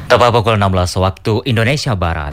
Tepat pukul 16 waktu Indonesia Barat.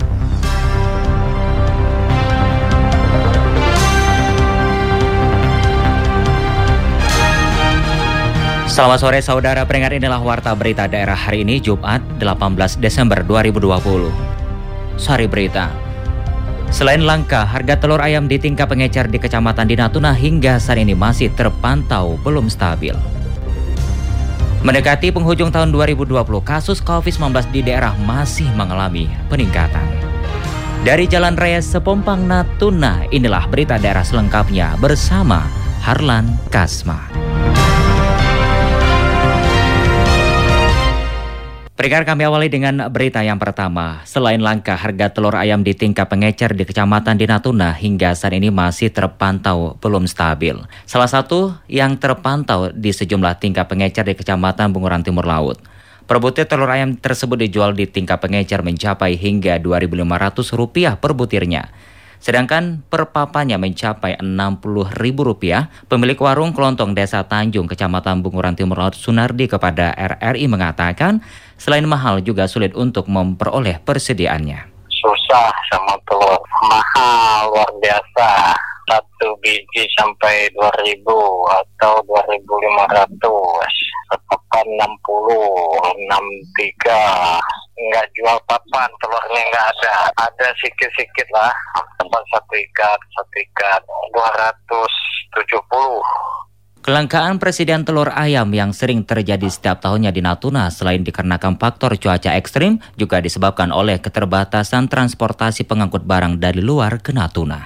Selamat sore saudara pendengar, inilah Warta Berita Daerah hari ini Jumat 18 Desember 2020. Sari berita. Selain langka, harga telur ayam di tingkat pengecer di Kecamatan di Natuna hingga saat ini masih terpantau belum stabil. Mendekati penghujung tahun 2020, kasus COVID-19 di daerah masih mengalami peningkatan. Dari Jalan Raya Sepompang Natuna, inilah berita daerah selengkapnya bersama Harlan Kasma. Pendengar, kami awali dengan berita yang pertama. Selain langka, harga telur ayam di tingkat pengecer di Kecamatan di Natuna hingga saat ini masih terpantau belum stabil. Salah satu yang terpantau di sejumlah tingkat pengecer di Kecamatan Bunguran Timur Laut. Per butir telur ayam tersebut dijual di tingkat pengecer mencapai hingga Rp2.500 per butirnya. Sedangkan per papannya mencapai Rp60.000. Pemilik warung kelontong Desa Tanjung, Kecamatan Bunguran Timur Laut, Sunardi, kepada RRI mengatakan selain mahal juga sulit untuk memperoleh persediaannya. Susah sama telur, mahal luar biasa. 1 biji sampai 2.000 atau 2.500. Sepapan 60, 63. Nggak jual papan, telurnya nggak ada. Ada sikit-sikit lah. Papan satu ikat 270. Kelangkaan persediaan telur ayam yang sering terjadi setiap tahunnya di Natuna selain dikarenakan faktor cuaca ekstrim, juga disebabkan oleh keterbatasan transportasi pengangkut barang dari luar ke Natuna.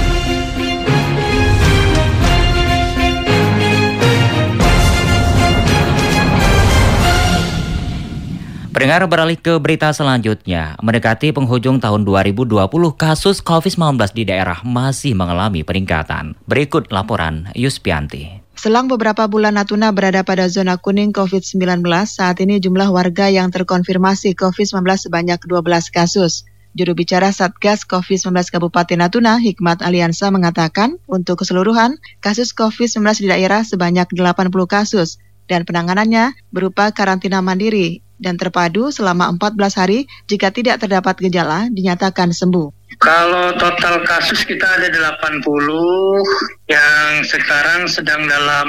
Pendengar, beralih ke berita selanjutnya. Mendekati penghujung tahun 2020, kasus COVID-19 di daerah masih mengalami peningkatan. Berikut laporan Yuspianti. Selang beberapa bulan Natuna berada pada zona kuning COVID-19, saat ini jumlah warga yang terkonfirmasi COVID-19 sebanyak 12 kasus. Juru bicara Satgas COVID-19 Kabupaten Natuna, Hikmat Aliansa, mengatakan untuk keseluruhan kasus COVID-19 di daerah sebanyak 80 kasus dan penanganannya berupa karantina mandiri dan terpadu selama 14 hari jika tidak terdapat gejala dinyatakan sembuh. Kalau total kasus kita ada 80 yang sekarang sedang dalam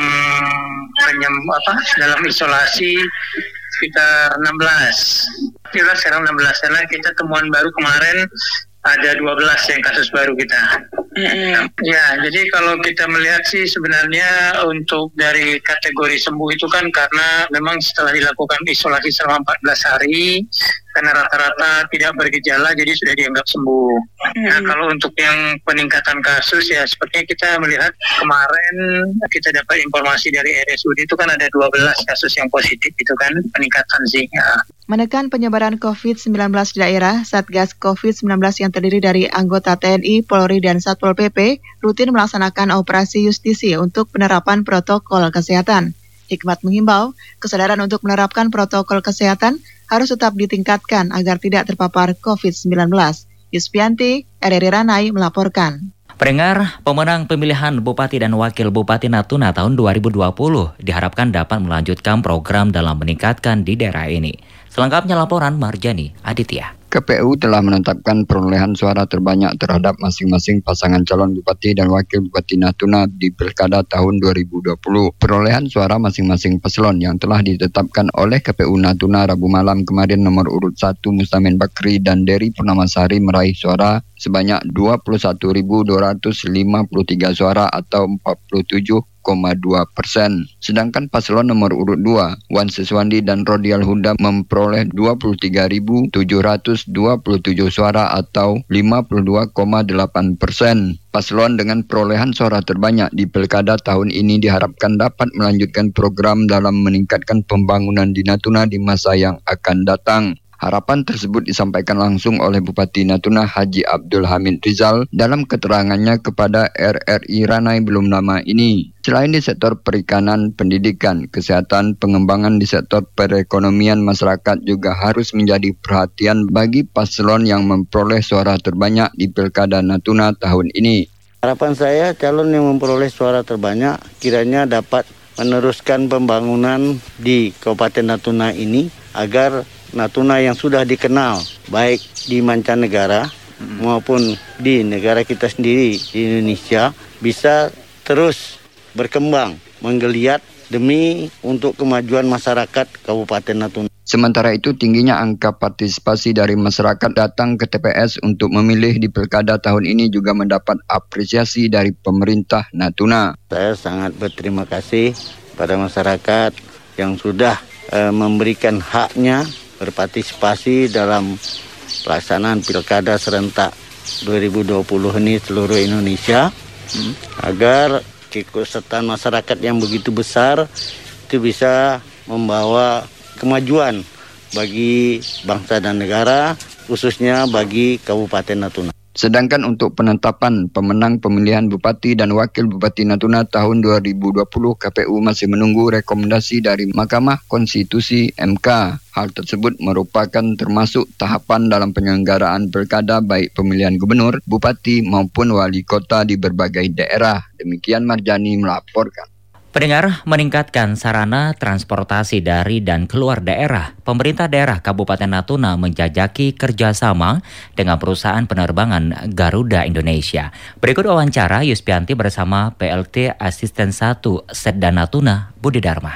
isolasi sekitar 16. Kita sekarang 16 karena kita temuan baru kemarin ada 12 yang kasus baru kita. Ya, jadi kalau kita melihat sih sebenarnya untuk dari kategori sembuh itu kan karena memang setelah dilakukan isolasi selama 14 hari karena rata-rata tidak bergejala jadi sudah dianggap sembuh. Nah, kalau untuk yang peningkatan kasus ya sepertinya kita melihat kemarin kita dapat informasi dari RSUD itu kan ada 12 kasus yang positif itu kan peningkatan sih. Ya. Menekan penyebaran COVID-19 di daerah, Satgas COVID-19 yang terdiri dari anggota TNI, Polri, dan Satpol PP rutin melaksanakan operasi justisi untuk penerapan protokol kesehatan. Hikmat menghimbau, kesadaran untuk menerapkan protokol kesehatan harus tetap ditingkatkan agar tidak terpapar COVID-19. Yuspianti, RRI Ranai melaporkan. Pendengar, pemenang pemilihan Bupati dan Wakil Bupati Natuna tahun 2020 diharapkan dapat melanjutkan program dalam meningkatkan di daerah ini. Selengkapnya laporan Marjani Aditya. KPU telah menetapkan perolehan suara terbanyak terhadap masing-masing pasangan calon Bupati dan Wakil Bupati Natuna di Pilkada tahun 2020. Perolehan suara masing-masing paslon yang telah ditetapkan oleh KPU Natuna Rabu malam kemarin, nomor urut 1 Mustamin Bakri dan Dery Purnamasari meraih suara sebanyak 21.253 suara atau 47,2%. Sedangkan paslon nomor urut 2, Wan Siswandi dan Rodial Huda memperoleh 23.727 suara atau 52,8%. Paslon dengan perolehan suara terbanyak di Pilkada tahun ini diharapkan dapat melanjutkan program dalam meningkatkan pembangunan di Natuna di masa yang akan datang. Harapan tersebut disampaikan langsung oleh Bupati Natuna Haji Abdul Hamid Rizal dalam keterangannya kepada RRI Ranai belum lama ini. Selain di sektor perikanan, pendidikan, kesehatan, pengembangan di sektor perekonomian masyarakat juga harus menjadi perhatian bagi paslon yang memperoleh suara terbanyak di Pilkada Natuna tahun ini. Harapan saya calon yang memperoleh suara terbanyak kiranya dapat meneruskan pembangunan di Kabupaten Natuna ini agar Natuna yang sudah dikenal baik di mancanegara maupun di negara kita sendiri di Indonesia bisa terus berkembang, menggeliat demi untuk kemajuan masyarakat Kabupaten Natuna. Sementara itu, tingginya angka partisipasi dari masyarakat datang ke TPS untuk memilih di pilkada tahun ini juga mendapat apresiasi dari pemerintah Natuna. Saya sangat berterima kasih pada masyarakat yang sudah memberikan haknya berpartisipasi dalam pelaksanaan pilkada serentak 2020 ini seluruh Indonesia, agar keikutsertaan masyarakat yang begitu besar itu bisa membawa kemajuan bagi bangsa dan negara, khususnya bagi Kabupaten Natuna. Sedangkan untuk penetapan pemenang pemilihan Bupati dan Wakil Bupati Natuna tahun 2020, KPU masih menunggu rekomendasi dari Mahkamah Konstitusi (MK). Hal tersebut merupakan termasuk tahapan dalam penyelenggaraan pilkada baik pemilihan gubernur, bupati maupun wali kota di berbagai daerah. Demikian Marjani melaporkan. Pendengar, meningkatkan sarana transportasi dari dan keluar daerah, pemerintah daerah Kabupaten Natuna menjajaki kerjasama dengan perusahaan penerbangan Garuda Indonesia. Berikut wawancara Yuspianti bersama PLT Asisten 1 Setda Natuna, Budi Dharma.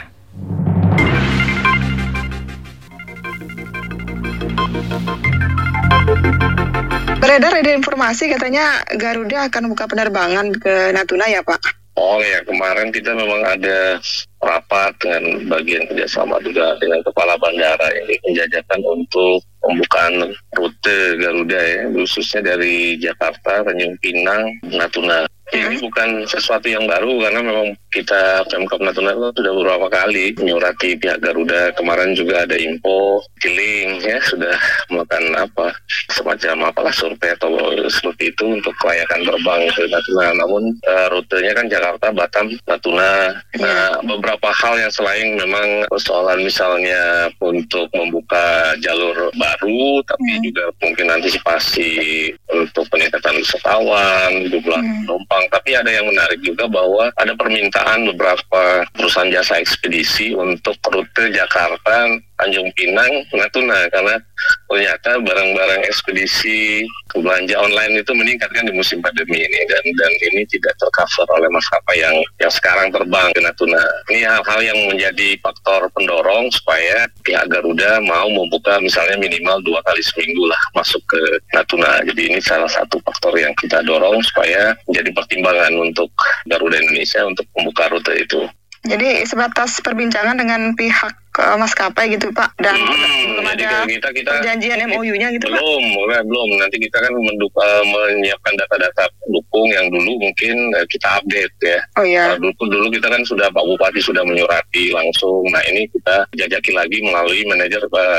Beredar ada informasi katanya Garuda akan buka penerbangan ke Natuna ya Pak? Oh ya, kemarin kita memang ada rapat dengan bagian kerjasama juga dengan kepala bandara ini menjajakan untuk pembukaan rute Garuda ya, khususnya dari Jakarta, Tanjung Pinang, Natuna. Ini bukan sesuatu yang baru karena memang kita Pemkab Natuna sudah beberapa kali menyurati pihak Garuda. Kemarin juga ada info Kiling ya sudah melakukan semacam survei atau seperti itu untuk kelayakan terbang ke Natuna. Namun rutenya kan Jakarta, Batam, Natuna. Nah, beberapa hal yang selain memang persoalan misalnya untuk membuka jalur baru, tapi juga mungkin antisipasi untuk peningkatan wisatawan, jumlah penumpang. Tapi ada yang menarik juga bahwa ada permintaan beberapa perusahaan jasa ekspedisi untuk rute Jakarta, Tanjung Pinang, Natuna, karena ternyata barang-barang ekspedisi belanja online itu meningkat kan di musim pandemi ini dan ini tidak tercover oleh maskapai yang sekarang terbang ke Natuna. Ini hal-hal yang menjadi faktor pendorong supaya pihak Garuda mau membuka misalnya minimal 2 kali seminggu lah masuk ke Natuna. Jadi ini salah satu faktor yang kita dorong supaya menjadi pertimbangan untuk Garuda Indonesia untuk membuka rute itu. Jadi sebatas perbincangan dengan pihak maskapai gitu Pak, dan belum ada perjanjian MOU-nya gitu Pak? Belum. Nanti kita kan menyiapkan data-data dukung yang dulu mungkin kita update ya. Oh iya. Dulu kita kan sudah Pak Bupati sudah menyurati langsung. Nah ini kita jajaki lagi melalui manajer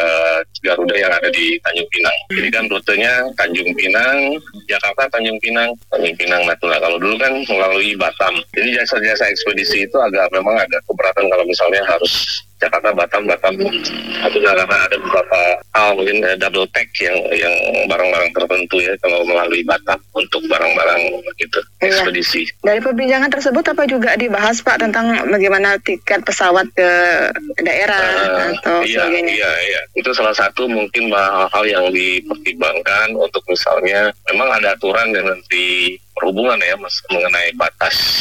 Garuda yang ada di Tanjung Pinang. Jadi kan rutenya Tanjung Pinang, Jakarta, Tanjung Pinang, Natuna. Kalau dulu kan melalui Batam. Jadi jasa-jasa ekspedisi itu memang agak keberatan kalau misalnya harus Jakarta, Batam, Natuna, karena ada beberapa hal mungkin double tag yang barang-barang tertentu ya kalau melalui Batam untuk barang-barang gitu ekspedisi. Dari perbincangan tersebut apa juga dibahas Pak tentang bagaimana tiket pesawat ke daerah atau sebagainya? Iya. Itu salah satu mungkin hal yang dipertimbangkan untuk misalnya memang ada aturan yang nanti perhubungan ya mengenai batas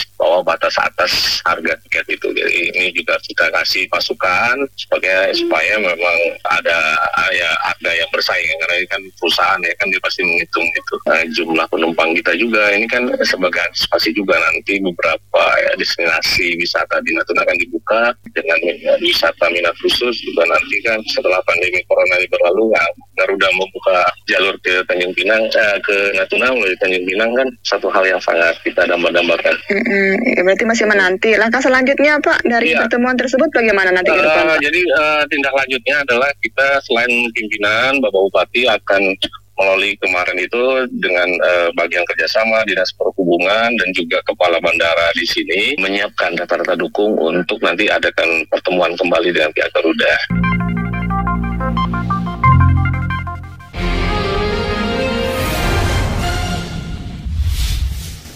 atas harga tiket itu. Jadi ini juga kita kasih masukan supaya memang ada harga yang bersaing karena ini kan perusahaan ya kan dia pasti menghitung itu jumlah penumpang kita juga. Ini kan sebagai antisipasi juga nanti beberapa destinasi wisata di Natuna akan dibuka dengan wisata minat khusus juga nanti kan setelah pandemi corona ini berlalu Garuda membuka jalur ke Tanjung Pinang ke Natuna melalui Tanjung Pinang kan satu hal yang sangat kita dambakan. Berarti masih menanti. Langkah selanjutnya Pak dari pertemuan tersebut bagaimana nanti ke depan? Jadi tindak lanjutnya adalah kita selain pimpinan Bapak Bupati akan melalui kemarin itu dengan bagian kerjasama Dinas Perhubungan dan juga Kepala Bandara di sini menyiapkan data-data dukung untuk nanti adakan pertemuan kembali dengan pihak Garuda.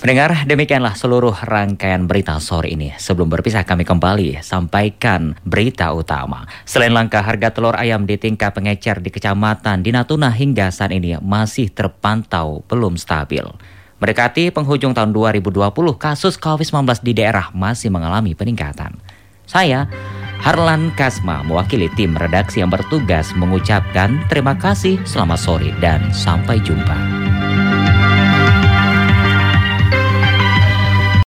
Mendengar demikianlah seluruh rangkaian berita sore ini. Sebelum berpisah kami kembali sampaikan berita utama. Selain langka, harga telur ayam di tingkat pengecer di Kecamatan di Natuna hingga saat ini masih terpantau belum stabil. Mendekati penghujung tahun 2020, kasus COVID-19 di daerah masih mengalami peningkatan. Saya, Harlan Kasma, mewakili tim redaksi yang bertugas mengucapkan terima kasih, selamat sore, dan sampai jumpa.